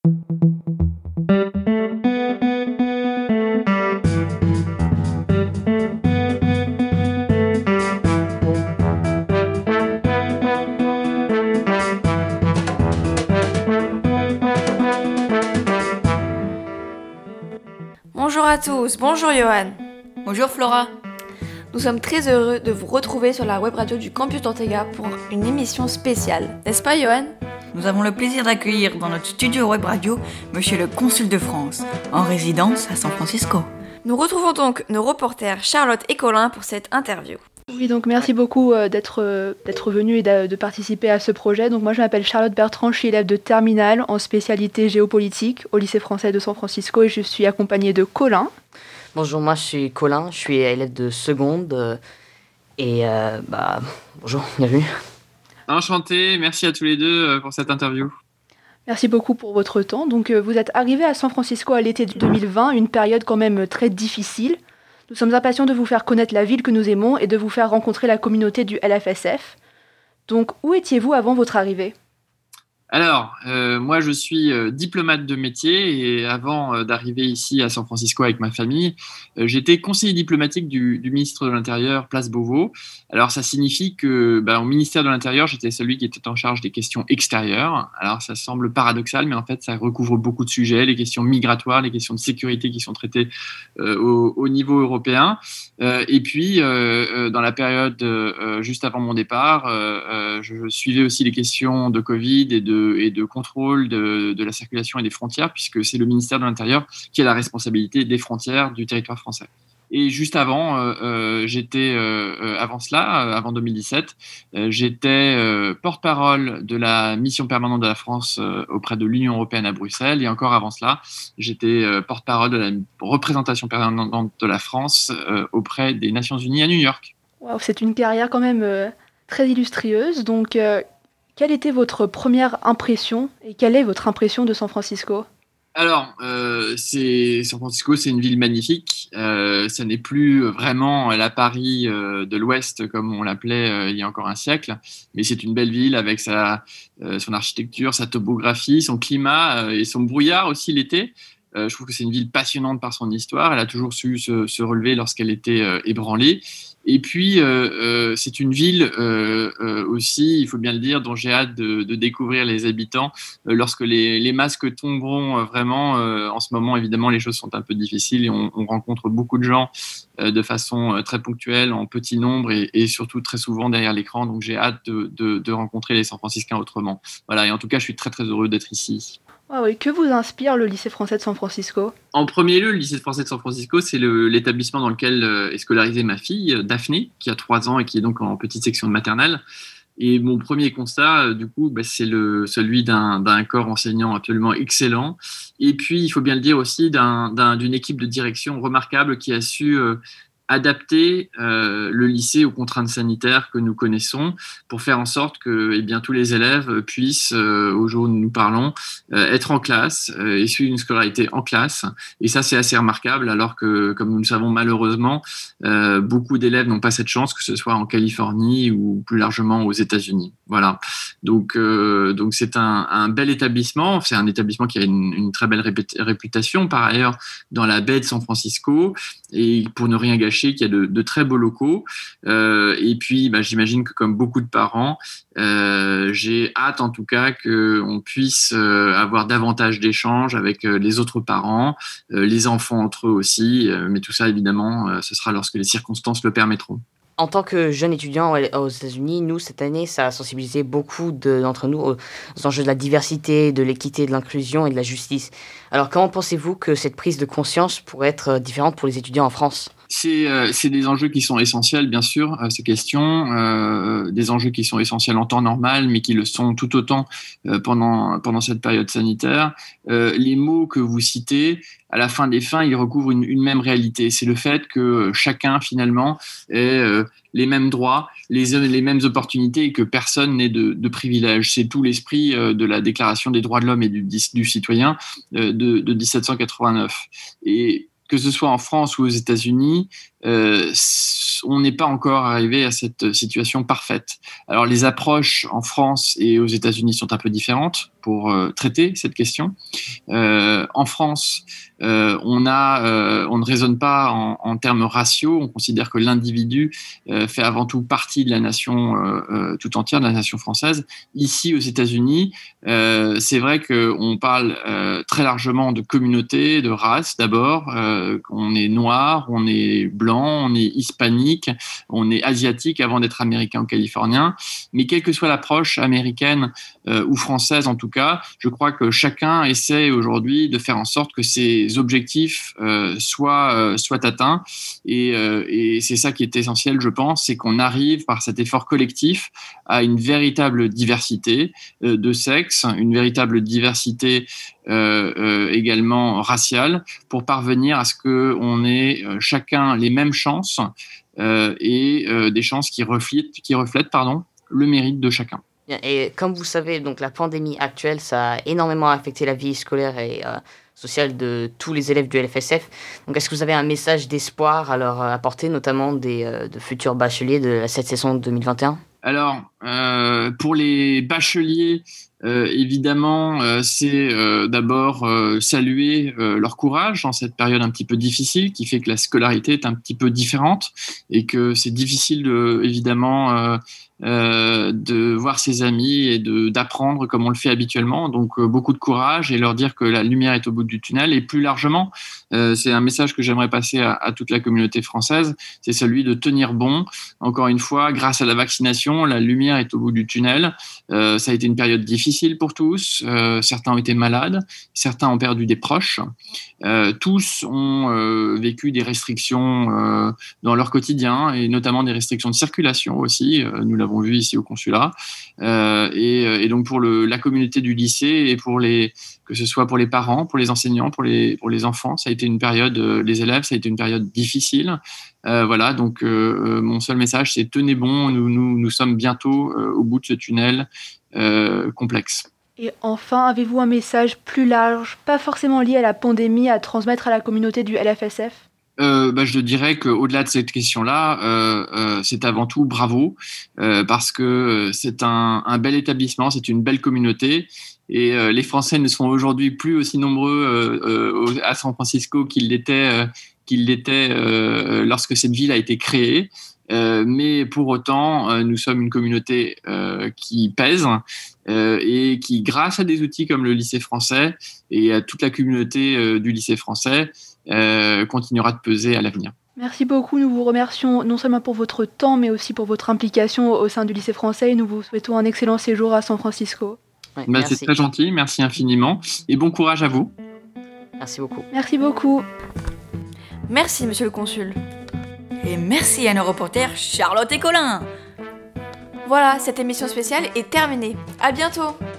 Bonjour à tous, bonjour Johan. Bonjour Flora. Nous sommes très heureux de vous retrouver sur la web radio du campus d'Ortega pour une émission spéciale, n'est-ce pas Johan ? Nous avons le plaisir d'accueillir dans notre studio web radio Monsieur le Consul de France, en résidence à San Francisco. Nous retrouvons donc nos reporters Charlotte et Colin pour cette interview. Oui, donc merci beaucoup d'être venu et de participer à ce projet. Donc moi je m'appelle Charlotte Bertrand, je suis élève de terminale en spécialité géopolitique au lycée français de San Francisco et je suis accompagnée de Colin. Bonjour, moi je suis Colin, je suis élève de seconde bonjour, bienvenue. Enchanté, merci à tous les deux pour cette interview. Merci beaucoup pour votre temps. Donc vous êtes arrivés à San Francisco à l'été 2020, une période quand même très difficile. Nous sommes impatients de vous faire connaître la ville que nous aimons et de vous faire rencontrer la communauté du LFSF. Donc, où étiez-vous avant votre arrivée ? Alors, moi je suis diplomate de métier et avant d'arriver ici à San Francisco avec ma famille, j'étais conseiller diplomatique du ministre de l'Intérieur, Place Beauvau. Alors ça signifie que au ministère de l'Intérieur, j'étais celui qui était en charge des questions extérieures. Alors ça semble paradoxal, mais en fait ça recouvre beaucoup de sujets, les questions migratoires, les questions de sécurité qui sont traitées au niveau européen. Et puis, dans la période juste avant mon départ, je suivais aussi les questions de Covid et de contrôle de la circulation et des frontières, puisque c'est le ministère de l'Intérieur qui a la responsabilité des frontières du territoire français. Et juste avant, avant 2017, j'étais porte-parole de la mission permanente de la France auprès de l'Union européenne à Bruxelles. Et encore avant cela, j'étais porte-parole de la représentation permanente de la France auprès des Nations Unies à New York. Wow, c'est une carrière quand même très illustrieuse. Donc, quelle était votre première impression et quelle est votre impression de San Francisco ? Alors, San Francisco, c'est une ville magnifique. Ça n'est plus vraiment la Paris de l'Ouest comme on l'appelait il y a encore un siècle, mais c'est une belle ville avec son architecture, sa topographie, son climat et son brouillard aussi l'été. Je trouve que c'est une ville passionnante par son histoire. Elle a toujours su se relever lorsqu'elle était ébranlée. Et puis, c'est une ville aussi, il faut bien le dire, dont j'ai hâte de découvrir les habitants lorsque les masques tomberont vraiment. En ce moment, évidemment, les choses sont un peu difficiles et on rencontre beaucoup de gens de façon très ponctuelle, en petit nombre et surtout très souvent derrière l'écran. Donc, j'ai hâte de rencontrer les San Franciscains autrement. Voilà, et en tout cas, je suis très, très heureux d'être ici. Ah oui, que vous inspire le lycée français de San Francisco ? En premier lieu, le lycée français de San Francisco, c'est l'établissement dans lequel est scolarisée ma fille, Daphné, qui a 3 ans et qui est donc en petite section de maternelle. Et mon premier constat, c'est celui d'un corps enseignant absolument excellent. Et puis, il faut bien le dire aussi, d'une équipe de direction remarquable qui a su adapter le lycée aux contraintes sanitaires que nous connaissons pour faire en sorte que tous les élèves puissent, au jour où nous parlons, être en classe et suivre une scolarité en classe. Et ça, c'est assez remarquable alors que, comme nous le savons malheureusement, beaucoup d'élèves n'ont pas cette chance, que ce soit en Californie ou plus largement aux États-Unis. Voilà. Donc c'est un bel établissement. C'est un établissement qui a une très belle réputation par ailleurs dans la baie de San Francisco. Et pour ne rien gâcher, qu'il y a de très beaux locaux. Et puis, j'imagine que comme beaucoup de parents, j'ai hâte en tout cas qu'on puisse avoir davantage d'échanges avec les autres parents, les enfants entre eux aussi. Mais tout ça, évidemment, ce sera lorsque les circonstances le permettront. En tant que jeune étudiant aux États-Unis, nous, cette année, ça a sensibilisé beaucoup d'entre nous aux enjeux de la diversité, de l'équité, de l'inclusion et de la justice. Alors, comment pensez-vous que cette prise de conscience pourrait être différente pour les étudiants en France ? C'est des enjeux qui sont essentiels, bien sûr, ces questions, des enjeux qui sont essentiels en temps normal, mais qui le sont tout autant pendant cette période sanitaire. Les mots que vous citez, à la fin des fins, ils recouvrent une même réalité. C'est le fait que chacun, finalement, ait les mêmes droits, les mêmes opportunités et que personne n'ait de privilèges. C'est tout l'esprit de la Déclaration des droits de l'homme et du citoyen de 1789. Et que ce soit en France ou aux États-Unis, on n'est pas encore arrivé à cette situation parfaite. Alors, les approches en France et aux États-Unis sont un peu différentes pour traiter cette question. En France, on ne raisonne pas en termes raciaux. On considère que l'individu fait avant tout partie de la nation tout entière, de la nation française. Ici, aux États-Unis, c'est vrai qu'on parle très largement de communauté, de race d'abord. On est noir, on est blanc, on est hispanique, on est asiatique avant d'être américain ou californien. Mais quelle que soit l'approche américaine ou française en tout cas, je crois que chacun essaie aujourd'hui de faire en sorte que ces objectifs soient atteints. Et c'est ça qui est essentiel, je pense, c'est qu'on arrive par cet effort collectif à une véritable diversité de sexe, une véritable diversité également raciale, pour parvenir à ce qu'on ait chacun les mêmes chances et des chances qui reflètent le mérite de chacun. Et comme vous savez, donc la pandémie actuelle, ça a énormément affecté la vie scolaire et sociale de tous les élèves du LFSF. Donc, est-ce que vous avez un message d'espoir à leur apporter, notamment de futurs bacheliers de cette session 2021 ? Alors, pour les bacheliers, évidemment, c'est d'abord saluer leur courage dans cette période un petit peu difficile qui fait que la scolarité est un petit peu différente et que c'est difficile évidemment de voir ses amis et d'apprendre comme on le fait habituellement. Donc, beaucoup de courage et leur dire que la lumière est au bout du tunnel. Et plus largement, c'est un message que j'aimerais passer à toute la communauté française, c'est celui de tenir bon. Encore une fois, grâce à la vaccination, la lumière est au bout du tunnel. Ça a été une période difficile pour tous. Certains ont été malades, certains ont perdu des proches. Tous ont vécu des restrictions dans leur quotidien et notamment des restrictions de circulation aussi. Nous l'avons vu ici au consulat. Et donc pour la communauté du lycée et que ce soit pour les parents, pour les enseignants, pour les enfants, ça a été une période, les élèves, ça a été une période difficile. Voilà, donc mon seul message, c'est tenez bon, nous sommes bientôt au bout de ce tunnel complexe. Et enfin, avez-vous un message plus large, pas forcément lié à la pandémie, à transmettre à la communauté du LFSF ? Je dirais qu'au-delà de cette question-là, c'est avant tout bravo, parce que c'est un bel établissement, c'est une belle communauté. Et les Français ne sont aujourd'hui plus aussi nombreux à San Francisco qu'ils l'étaient lorsque cette ville a été créée. Mais pour autant, nous sommes une communauté qui pèse et qui, grâce à des outils comme le lycée français et à toute la communauté du lycée français, continuera de peser à l'avenir. Merci beaucoup, nous vous remercions non seulement pour votre temps, mais aussi pour votre implication au sein du lycée français et nous vous souhaitons un excellent séjour à San Francisco. Ouais, c'est très gentil, merci infiniment et bon courage à vous. Merci beaucoup. Merci beaucoup. Merci, monsieur le consul. Et merci à nos reporters Charlotte et Colin. Voilà, cette émission spéciale est terminée. À bientôt.